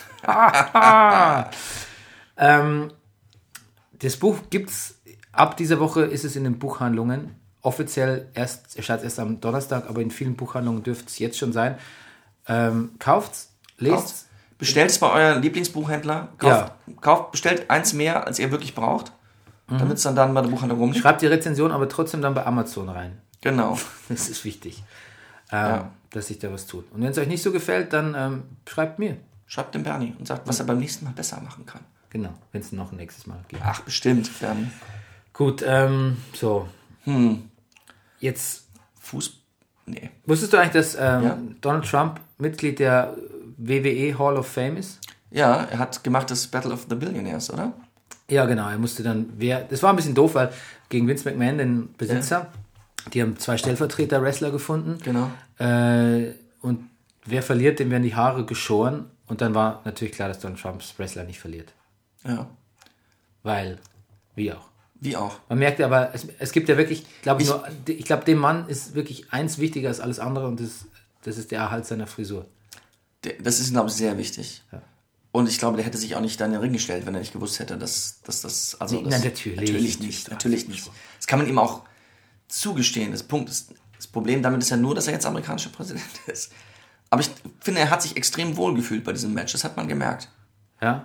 Speaker 3: Das Buch gibt's, ab dieser Woche ist es in den Buchhandlungen. Offiziell erscheint erst am Donnerstag, aber in vielen Buchhandlungen dürfte es jetzt schon sein. Kauft's. Lest.
Speaker 1: Bestellt es bei eurem Lieblingsbuchhändler. Bestellt eins mehr, als ihr wirklich braucht. Damit es dann bei der Buchhandlung rumliegt.
Speaker 3: Schreibt die Rezension aber trotzdem dann bei Amazon rein.
Speaker 1: Genau.
Speaker 3: Das ist wichtig, dass sich da was tut. Und wenn es euch nicht so gefällt, dann schreibt mir.
Speaker 1: Schreibt dem Bernie und sagt, was er beim nächsten Mal besser machen kann.
Speaker 3: Genau, wenn es noch ein nächstes Mal gibt.
Speaker 1: Ach, bestimmt, Bernie.
Speaker 3: Gut, so. Jetzt...
Speaker 1: Nee.
Speaker 3: Wusstest du eigentlich, dass Donald Trump Mitglied der WWE Hall of Fame ist?
Speaker 1: Ja, er hat gemacht das Battle of the Billionaires, oder?
Speaker 3: Ja, genau. Er musste dann... Das war ein bisschen doof, weil gegen Vince McMahon, den Besitzer, die haben 2 Stellvertreter-Wrestler gefunden.
Speaker 1: Genau.
Speaker 3: Und wer verliert, dem werden die Haare geschoren. Und dann war natürlich klar, dass Donald Trumps Wrestler nicht verliert.
Speaker 1: Ja.
Speaker 3: Weil, wie auch.
Speaker 1: Wie auch.
Speaker 3: Man merkt aber, es gibt ja wirklich, ich glaube, dem Mann ist wirklich eins wichtiger als alles andere und das ist der Erhalt seiner Frisur.
Speaker 1: Das ist, glaube ich, sehr wichtig. Ja. Und ich glaube, der hätte sich auch nicht da in den Ring gestellt, wenn er nicht gewusst hätte, dass das... Also
Speaker 3: nee, natürlich nicht.
Speaker 1: Natürlich nicht. Das kann man ihm auch zugestehen. Das Problem damit ist ja nur, dass er jetzt amerikanischer Präsident ist. Aber ich finde, er hat sich extrem wohl gefühlt bei diesem Match. Das hat man gemerkt.
Speaker 3: Ja.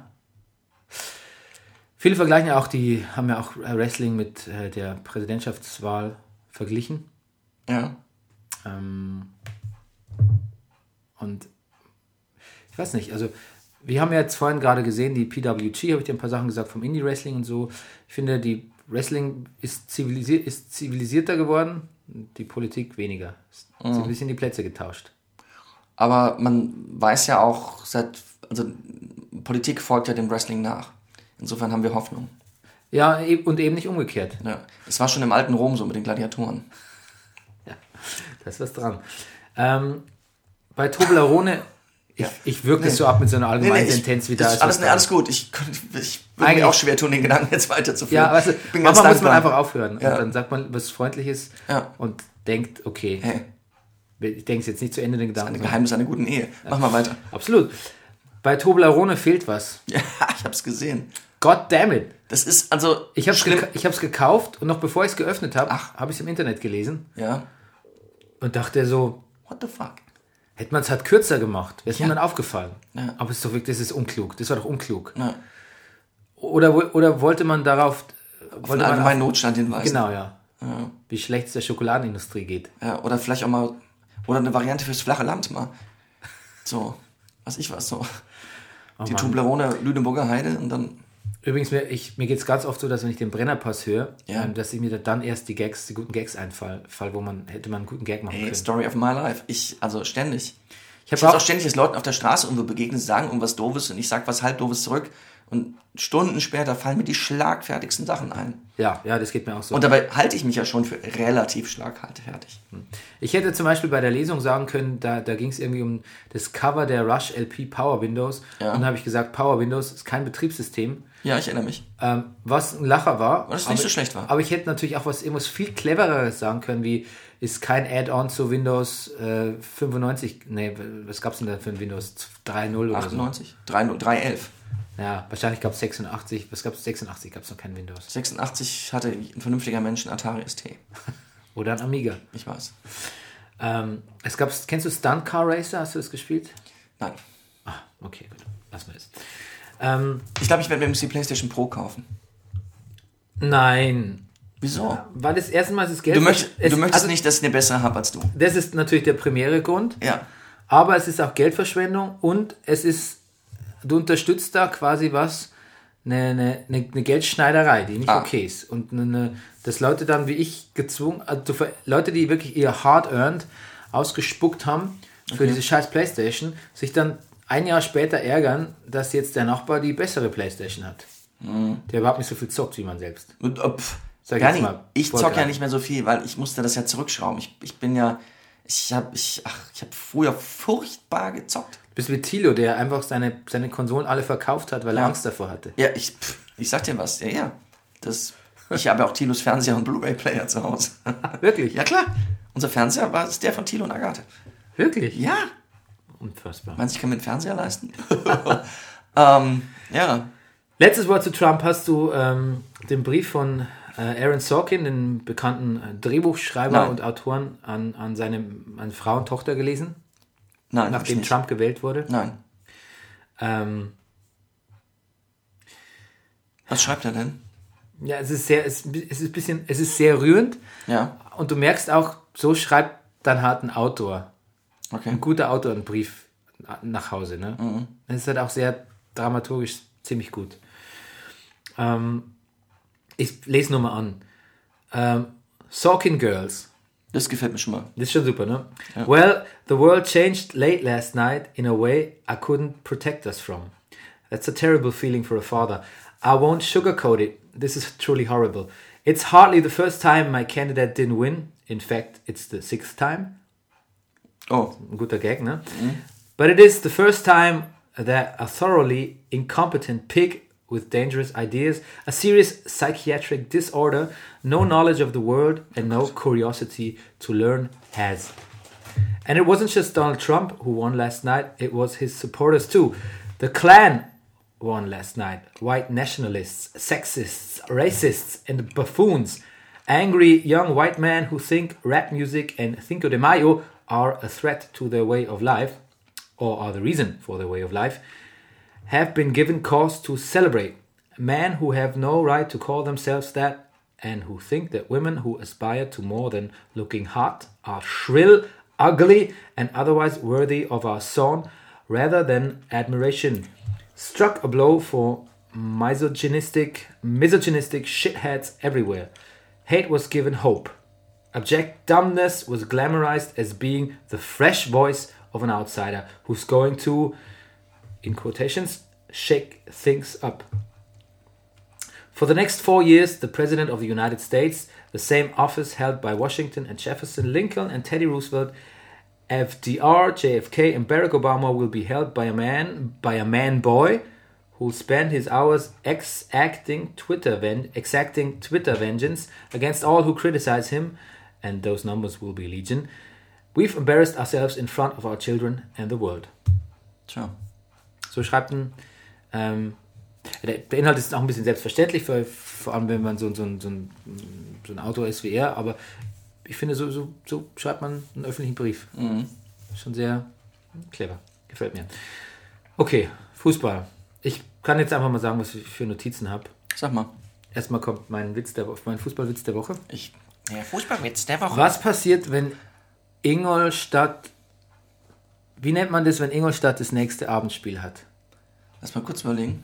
Speaker 3: Viele vergleichen ja auch, die haben ja auch Wrestling mit der Präsidentschaftswahl verglichen.
Speaker 1: Ja.
Speaker 3: Und ich weiß nicht, also wir haben ja jetzt vorhin gerade gesehen, die PWG, habe ich dir ein paar Sachen gesagt, vom Indie-Wrestling und so. Ich finde, die Wrestling ist zivilisierter geworden, die Politik weniger. Es sind ein bisschen die Plätze getauscht.
Speaker 1: Aber man weiß ja auch, Politik folgt ja dem Wrestling nach. Insofern haben wir Hoffnung.
Speaker 3: Ja, und eben nicht umgekehrt.
Speaker 1: Ja, es war schon im alten Rom so mit den Gladiatoren.
Speaker 3: Ja, da ist was dran. Bei Toblerone, ich wirke das so ab mit so einer allgemeinen Sentenz wieder.
Speaker 1: Alles gut. Ich würde mir auch schwer tun, den Gedanken jetzt weiterzuführen.
Speaker 3: Ja, weißt du, manchmal muss man einfach aufhören. Ja. Und dann sagt man was Freundliches und denkt, okay, ich denke es jetzt nicht zu Ende, den Gedanken.
Speaker 1: Das ist ein Geheimnis einer guten Ehe. Mach mal weiter.
Speaker 3: Absolut. Bei Toblerone fehlt was.
Speaker 1: Ja, ich hab's gesehen.
Speaker 3: God damn it.
Speaker 1: Das ist also
Speaker 3: ich hab's gekauft und noch bevor ich es geöffnet habe, habe ich es im Internet gelesen.
Speaker 1: Ja.
Speaker 3: Und dachte so,
Speaker 1: what the fuck?
Speaker 3: Hätte man es halt kürzer gemacht, wäre es niemand aufgefallen. Ja. Aber es ist doch wirklich, das ist unklug. Das war doch unklug. Ja. Oder wollte man darauf...
Speaker 1: Auf einen allgemeinen Notstand hinweisen.
Speaker 3: Genau, ja. Wie schlecht es der Schokoladenindustrie geht.
Speaker 1: Ja, oder vielleicht auch mal... Oder eine Variante fürs flache Land mal. So, so. Die Toblerone Lüneburger Heide und dann...
Speaker 3: Übrigens, mir geht es ganz oft so, dass wenn ich den Brennerpass höre, dass ich mir dann erst die guten Gags einfallen, wo hätte man einen guten Gag machen können.
Speaker 1: Story of my life. Ständig. Ich habe auch ständig, dass Leuten auf der Straße irgendwo begegnen, sagen irgendwas Doofes und ich sag was halb Doofes zurück und Stunden später fallen mir die schlagfertigsten Sachen ein.
Speaker 3: Ja, das geht mir auch so.
Speaker 1: Und dabei halte ich mich ja schon für relativ schlagfertig.
Speaker 3: Ich hätte zum Beispiel bei der Lesung sagen können, da ging es irgendwie um das Cover der Rush LP Power Windows.
Speaker 1: Ja.
Speaker 3: Und dann habe ich gesagt, Power Windows ist kein Betriebssystem.
Speaker 1: Ja, ich erinnere mich.
Speaker 3: Was ein Lacher war.
Speaker 1: Was nicht so schlecht war.
Speaker 3: Aber ich hätte natürlich auch irgendwas viel Clevereres sagen können, wie ist kein Add-on zu Windows 95. Nee, was gab es denn da für ein Windows 3.0 oder
Speaker 1: 98? So? 3.11.
Speaker 3: Ja, wahrscheinlich gab es 86. Was gab es? 86 gab es noch kein Windows.
Speaker 1: 86 hatte ein vernünftiger Mensch einen Atari ST.
Speaker 3: Oder ein Amiga.
Speaker 1: Ich weiß.
Speaker 3: Kennst du Stunt Car Racer? Hast du das gespielt?
Speaker 1: Nein.
Speaker 3: Ah, okay, gut. Lass mal das.
Speaker 1: Ich glaube, ich werde mir die PlayStation Pro kaufen.
Speaker 3: Nein.
Speaker 1: Wieso?
Speaker 3: Ja, weil das erste Mal ist das Geld...
Speaker 1: Du möchtest nicht, dass ich eine bessere habe als du.
Speaker 3: Das ist natürlich der primäre Grund.
Speaker 1: Ja.
Speaker 3: Aber es ist auch Geldverschwendung und es ist... Du unterstützt da quasi eine Geldschneiderei, die nicht okay ist. Und dass Leute dann wie ich Leute, die wirklich ihr Hard-Earned ausgespuckt haben für diese scheiß Playstation, sich dann ein Jahr später ärgern, dass jetzt der Nachbar die bessere Playstation hat. Der überhaupt nicht so viel zockt wie man selbst.
Speaker 1: Ich zocke ja nicht mehr so viel, weil ich musste das ja zurückschrauben. Ich habe früher furchtbar gezockt.
Speaker 3: Bist wie Thilo, der einfach seine Konsolen alle verkauft hat, weil er Angst davor hatte.
Speaker 1: Ja, ich sag dir was. Ja. Ich habe auch Thilos Fernseher und Blu-ray-Player zu Hause.
Speaker 3: Wirklich?
Speaker 1: Ja, klar. Unser Fernseher ist der von Thilo und Agathe.
Speaker 3: Wirklich?
Speaker 1: Ja.
Speaker 3: Unfassbar.
Speaker 1: Meinst du, ich kann mir einen Fernseher leisten? Ja.
Speaker 3: Letztes Wort zu Trump. Hast du den Brief von Aaron Sorkin, den bekannten Drehbuchschreiber und Autoren, an seine Frau und Tochter gelesen?
Speaker 1: Nein.
Speaker 3: Nachdem Trump gewählt wurde?
Speaker 1: Nein. Was schreibt er denn?
Speaker 3: Ja, es ist sehr rührend.
Speaker 1: Ja.
Speaker 3: Und du merkst auch, so schreibt dann halt ein Autor.
Speaker 1: Okay.
Speaker 3: Ein guter Autor einen Brief nach Hause. Ne?
Speaker 1: Mhm.
Speaker 3: Das ist halt auch sehr dramaturgisch ziemlich gut. Ich lese nur mal an. Sorkin Girls.
Speaker 1: Das gefällt mir schon mal.
Speaker 3: Das ist schon super, ne?
Speaker 1: Ja.
Speaker 3: Well, the world changed late last night in a way I couldn't protect us from. That's a terrible feeling for a father. I won't sugarcoat it. This is truly horrible. It's hardly the first time my candidate didn't win. In fact, it's the 6th time.
Speaker 1: Oh.
Speaker 3: Ein guter Gag, ne?
Speaker 1: Mhm.
Speaker 3: But it is the first time that a thoroughly incompetent pig with dangerous ideas, a serious psychiatric disorder, no knowledge of the world, and no curiosity to learn has. And it wasn't just Donald Trump who won last night, it was his supporters too. The Klan won last night. White nationalists, sexists, racists, and buffoons. Angry young white men who think rap music and Cinco de Mayo are a threat to their way of life, or are the reason for their way of life, have been given cause to celebrate. Men who have no right to call themselves that, and who think that women who aspire to more than looking hot are shrill, ugly, and otherwise worthy of our song rather than admiration, struck a blow for misogynistic shitheads everywhere. Hate was given hope. Abject dumbness was glamorized as being the fresh voice of an outsider who's going to, in quotations, shake things up. For the next 4 years, the President of the United States, the same office held by Washington and Jefferson, Lincoln and Teddy Roosevelt, FDR, JFK and Barack Obama, will be held by a man boy who'll spend his hours exacting Twitter vengeance against all who criticize him, and those numbers will be legion. We've embarrassed ourselves in front of our children and the world.
Speaker 1: Tja.
Speaker 3: So schreibt der Inhalt ist auch ein bisschen selbstverständlich, vor allem wenn man so ein Autor ist wie er, aber ich finde, so schreibt man einen öffentlichen Brief.
Speaker 1: Mhm.
Speaker 3: Schon sehr clever. Gefällt mir. Okay, Fußball. Ich kann jetzt einfach mal sagen, was ich für Notizen habe.
Speaker 1: Sag mal.
Speaker 3: Erstmal kommt mein Fußballwitz der Woche.
Speaker 1: Fußballwitz der Woche.
Speaker 3: Was passiert, wenn Ingolstadt... Wie nennt man das, wenn Ingolstadt das nächste Abendspiel hat?
Speaker 1: Lass mal kurz überlegen.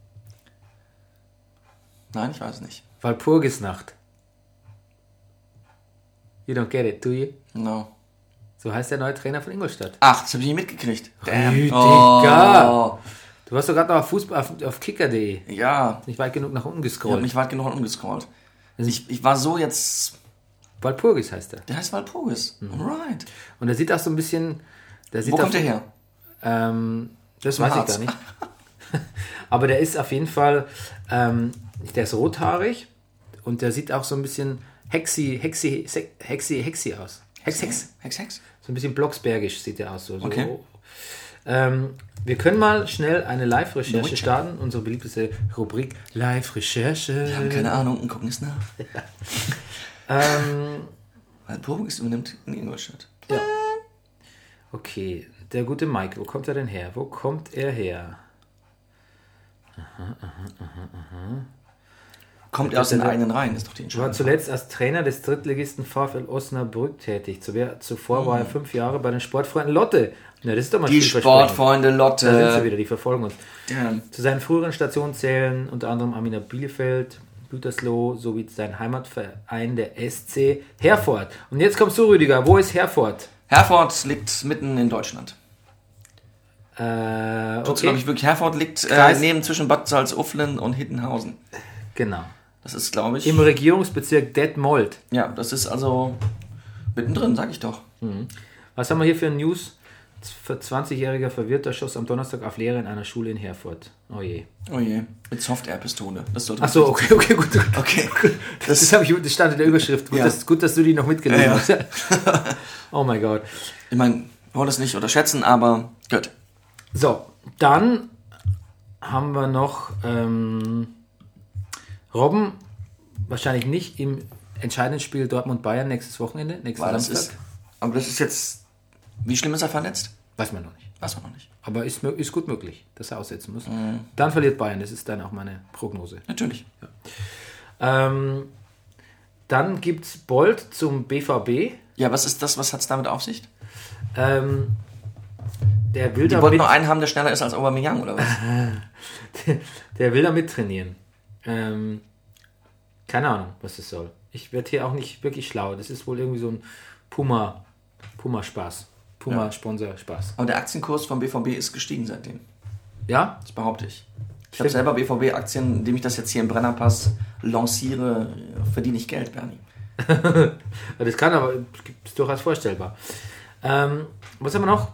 Speaker 1: Nein, ich weiß es nicht.
Speaker 3: Walpurgisnacht. You don't get it, do you?
Speaker 1: No.
Speaker 3: So heißt der neue Trainer von Ingolstadt.
Speaker 1: Ach, das habe ich nicht mitgekriegt.
Speaker 3: Rüdiger!
Speaker 1: Oh.
Speaker 3: Du warst doch gerade noch auf kicker.de.
Speaker 1: Ja.
Speaker 3: Nicht weit genug nach unten
Speaker 1: Ich habe
Speaker 3: gescrollt.
Speaker 1: nicht weit genug umgescrollt. Ich war so jetzt...
Speaker 3: Walpurgis heißt er.
Speaker 1: Der heißt Walpurgis. Alright.
Speaker 3: Und der sieht auch so ein bisschen...
Speaker 1: Wo kommt der her?
Speaker 3: Das weiß ich gar nicht. Aber der ist auf jeden Fall... der ist rothaarig und der sieht auch so ein bisschen hexy aus. Hex. So ein bisschen blocksbergisch sieht der aus. So.
Speaker 1: Okay.
Speaker 3: Wir können mal schnell eine Live-Recherche starten. Unsere beliebteste Rubrik Live-Recherche.
Speaker 1: Wir haben keine Ahnung, gucken es nach. Walpurgis übernimmt in Ingolstadt.
Speaker 3: Ja. Okay, der gute Mike, wo kommt er denn her?
Speaker 1: Kommt er aus den eigenen Reihen, ist doch die Entscheidung.
Speaker 3: War zuletzt als Trainer des Drittligisten VfL Osnabrück tätig. Zuvor war er 5 Jahre bei den Sportfreunden Lotte. Ja, das ist doch mal
Speaker 1: die Sportfreunde Lotte.
Speaker 3: Da sind sie wieder, die verfolgen uns.
Speaker 1: Ja.
Speaker 3: Zu seinen früheren Stationen zählen unter anderem Arminia Bielefeld, Gütersloh sowie sein Heimatverein der SC Herford. Und jetzt kommst du, Rüdiger. Wo ist Herford?
Speaker 1: Herford liegt mitten in Deutschland.
Speaker 3: Okay.
Speaker 1: Glaube ich wirklich. Herford liegt neben zwischen Bad Salzuflen und Hittenhausen.
Speaker 3: Genau.
Speaker 1: Das ist, glaube ich...
Speaker 3: Im Regierungsbezirk Detmold.
Speaker 1: Ja, das ist also mittendrin, sag ich doch.
Speaker 3: Was haben wir hier für News? 20-jähriger Verwirrter schoss am Donnerstag auf Lehrer in einer Schule in Herford. Oh je.
Speaker 1: Oh je. Mit Soft-Air-Pistole.
Speaker 3: Achso, okay, gut.
Speaker 1: Okay.
Speaker 3: Das stand in der Überschrift. Gut, dass du die noch mitgenommen hast. Oh mein Gott.
Speaker 1: Ich meine, ich wollte es nicht unterschätzen, aber gut.
Speaker 3: So, dann haben wir noch Robben, wahrscheinlich nicht im entscheidenden Spiel Dortmund-Bayern nächstes Wochenende, Samstag.
Speaker 1: Aber das ist jetzt... Wie schlimm ist er verletzt?
Speaker 3: Weiß man noch nicht. Aber ist gut möglich, dass er aussetzen muss. Dann verliert Bayern, das ist dann auch meine Prognose.
Speaker 1: Natürlich.
Speaker 3: Ja. Dann gibt es Bold zum BVB.
Speaker 1: Ja, was ist das? Was hat es damit auf sich?
Speaker 3: Der will
Speaker 1: Die wollten nur einen haben, der schneller ist als Aubameyang, oder was?
Speaker 3: Der will da mittrainieren. Keine Ahnung, was das soll. Ich werde hier auch nicht wirklich schlau. Das ist wohl irgendwie so ein Puma-Spaß. Puma-Sponsor-Spaß.
Speaker 1: Aber der Aktienkurs vom BVB ist gestiegen seitdem.
Speaker 3: Ja?
Speaker 1: Das behaupte ich. Ich habe selber BVB-Aktien, indem ich das jetzt hier im Brennerpass lanciere, verdiene ich Geld, Bernie.
Speaker 3: Das kann aber, ist durchaus vorstellbar. Was haben wir noch?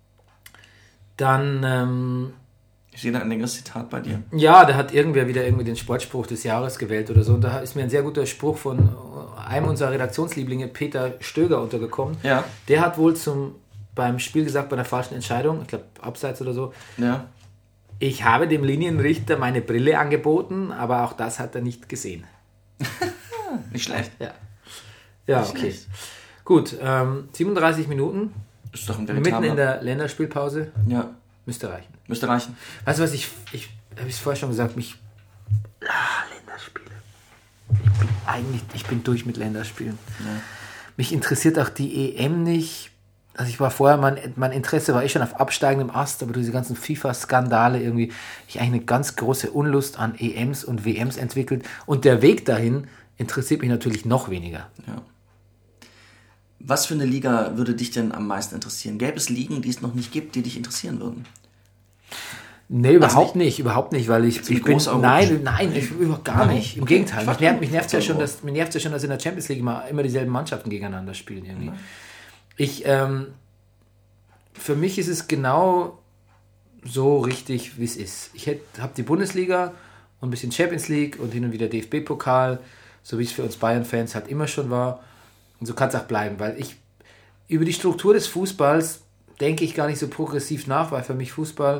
Speaker 3: Dann...
Speaker 1: Ich sehe da ein längeres Zitat bei dir.
Speaker 3: Ja, da hat irgendwer wieder den Sportspruch des Jahres gewählt oder so. Und da ist mir ein sehr guter Spruch von einem unserer Redaktionslieblinge, Peter Stöger, untergekommen.
Speaker 1: Ja.
Speaker 3: Der hat wohl beim Spiel gesagt, bei einer falschen Entscheidung, ich glaube Abseits oder so,
Speaker 1: ja.
Speaker 3: Ich habe dem Linienrichter meine Brille angeboten, aber auch das hat er nicht gesehen.
Speaker 1: Nicht schlecht.
Speaker 3: Ja,
Speaker 1: nicht
Speaker 3: okay.
Speaker 1: schlecht.
Speaker 3: Gut, 37 Minuten.
Speaker 1: Ist doch ein
Speaker 3: Mitten in der Länderspielpause.
Speaker 1: Ja.
Speaker 3: Müsste reichen.
Speaker 1: Weißt
Speaker 3: du was, ich habe es vorher schon gesagt, Länderspiele. Ich bin durch mit Länderspielen. Ja. Mich interessiert auch die EM nicht. Also ich war vorher, mein Interesse war schon auf absteigendem Ast, aber durch diese ganzen FIFA-Skandale irgendwie, ich eigentlich eine ganz große Unlust an EMs und WMs entwickelt. Und der Weg dahin interessiert mich natürlich noch weniger.
Speaker 1: Ja. Was für eine Liga würde dich denn am meisten interessieren? Gäbe es Ligen, die es noch nicht gibt, die dich interessieren würden?
Speaker 3: Nee, überhaupt nicht, weil ich bin, nein, gar nicht. Im Gegenteil, mich nervt ja schon, dass in der Champions League immer dieselben Mannschaften gegeneinander spielen irgendwie. Für mich ist es genau so richtig, wie es ist. Ich habe die Bundesliga und ein bisschen Champions League und hin und wieder DFB-Pokal, so wie es für uns Bayern-Fans halt immer schon war. Und so kann es auch bleiben, weil über die Struktur des Fußballs denke ich gar nicht so progressiv nach, weil für mich Fußball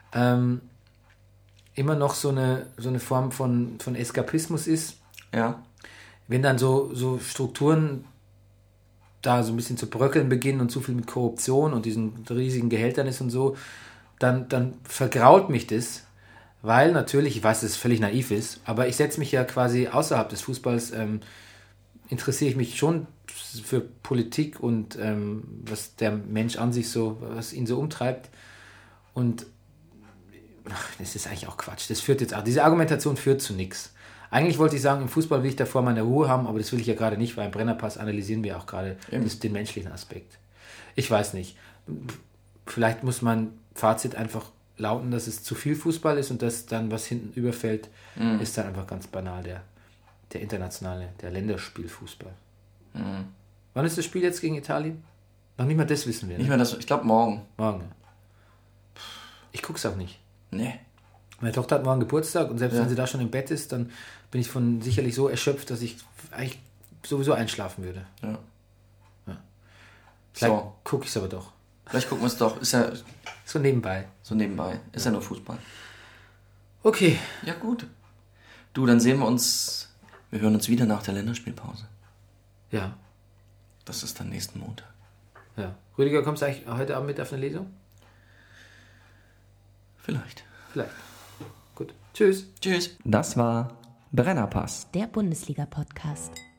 Speaker 3: immer noch so eine Form von Eskapismus ist.
Speaker 1: Ja.
Speaker 3: Wenn dann so Strukturen da so ein bisschen zu bröckeln beginnen und zu viel mit Korruption und diesen riesigen Gehältern ist und so, dann vergrault mich das, weil natürlich, ich weiß, dass es völlig naiv ist, aber ich setze mich ja quasi außerhalb des Fußballs, interessiere ich mich schon für Politik und was der Mensch an sich so, was ihn so umtreibt. Und das ist eigentlich auch Quatsch. Diese Argumentation führt zu nichts. Eigentlich wollte ich sagen, im Fußball will ich davor meine Ruhe haben, aber das will ich ja gerade nicht, weil im Brennerpass analysieren wir auch gerade den menschlichen Aspekt. Ich weiß nicht. Vielleicht muss mein Fazit einfach lauten, dass es zu viel Fußball ist und dass dann, was hinten überfällt, ist dann einfach ganz banal der internationale, der Länderspielfußball. Wann ist das Spiel jetzt gegen Italien? Noch nicht mal das wissen wir.
Speaker 1: Nicht mehr das, ich glaube morgen.
Speaker 3: Morgen, ja. Ich guck's auch nicht.
Speaker 1: Nee.
Speaker 3: Meine Tochter hat morgen Geburtstag und selbst wenn sie da schon im Bett ist, dann bin ich von sicherlich so erschöpft, dass ich eigentlich sowieso einschlafen würde.
Speaker 1: Ja.
Speaker 3: Vielleicht
Speaker 1: So.
Speaker 3: gucke ich es aber doch.
Speaker 1: Vielleicht gucken wir es doch. Ist ja
Speaker 3: So nebenbei.
Speaker 1: so nebenbei. Ist ja nur Fußball.
Speaker 3: Okay.
Speaker 1: Ja, gut. Du, dann sehen wir uns. Wir hören uns wieder nach der Länderspielpause.
Speaker 3: Ja.
Speaker 1: Das ist dann nächsten Montag.
Speaker 3: Ja. Rüdiger, kommst du eigentlich heute Abend mit auf eine Lesung?
Speaker 1: Vielleicht.
Speaker 3: Vielleicht. Gut. Tschüss.
Speaker 1: Tschüss.
Speaker 2: Das war Brennerpass.
Speaker 4: Der Bundesliga-Podcast.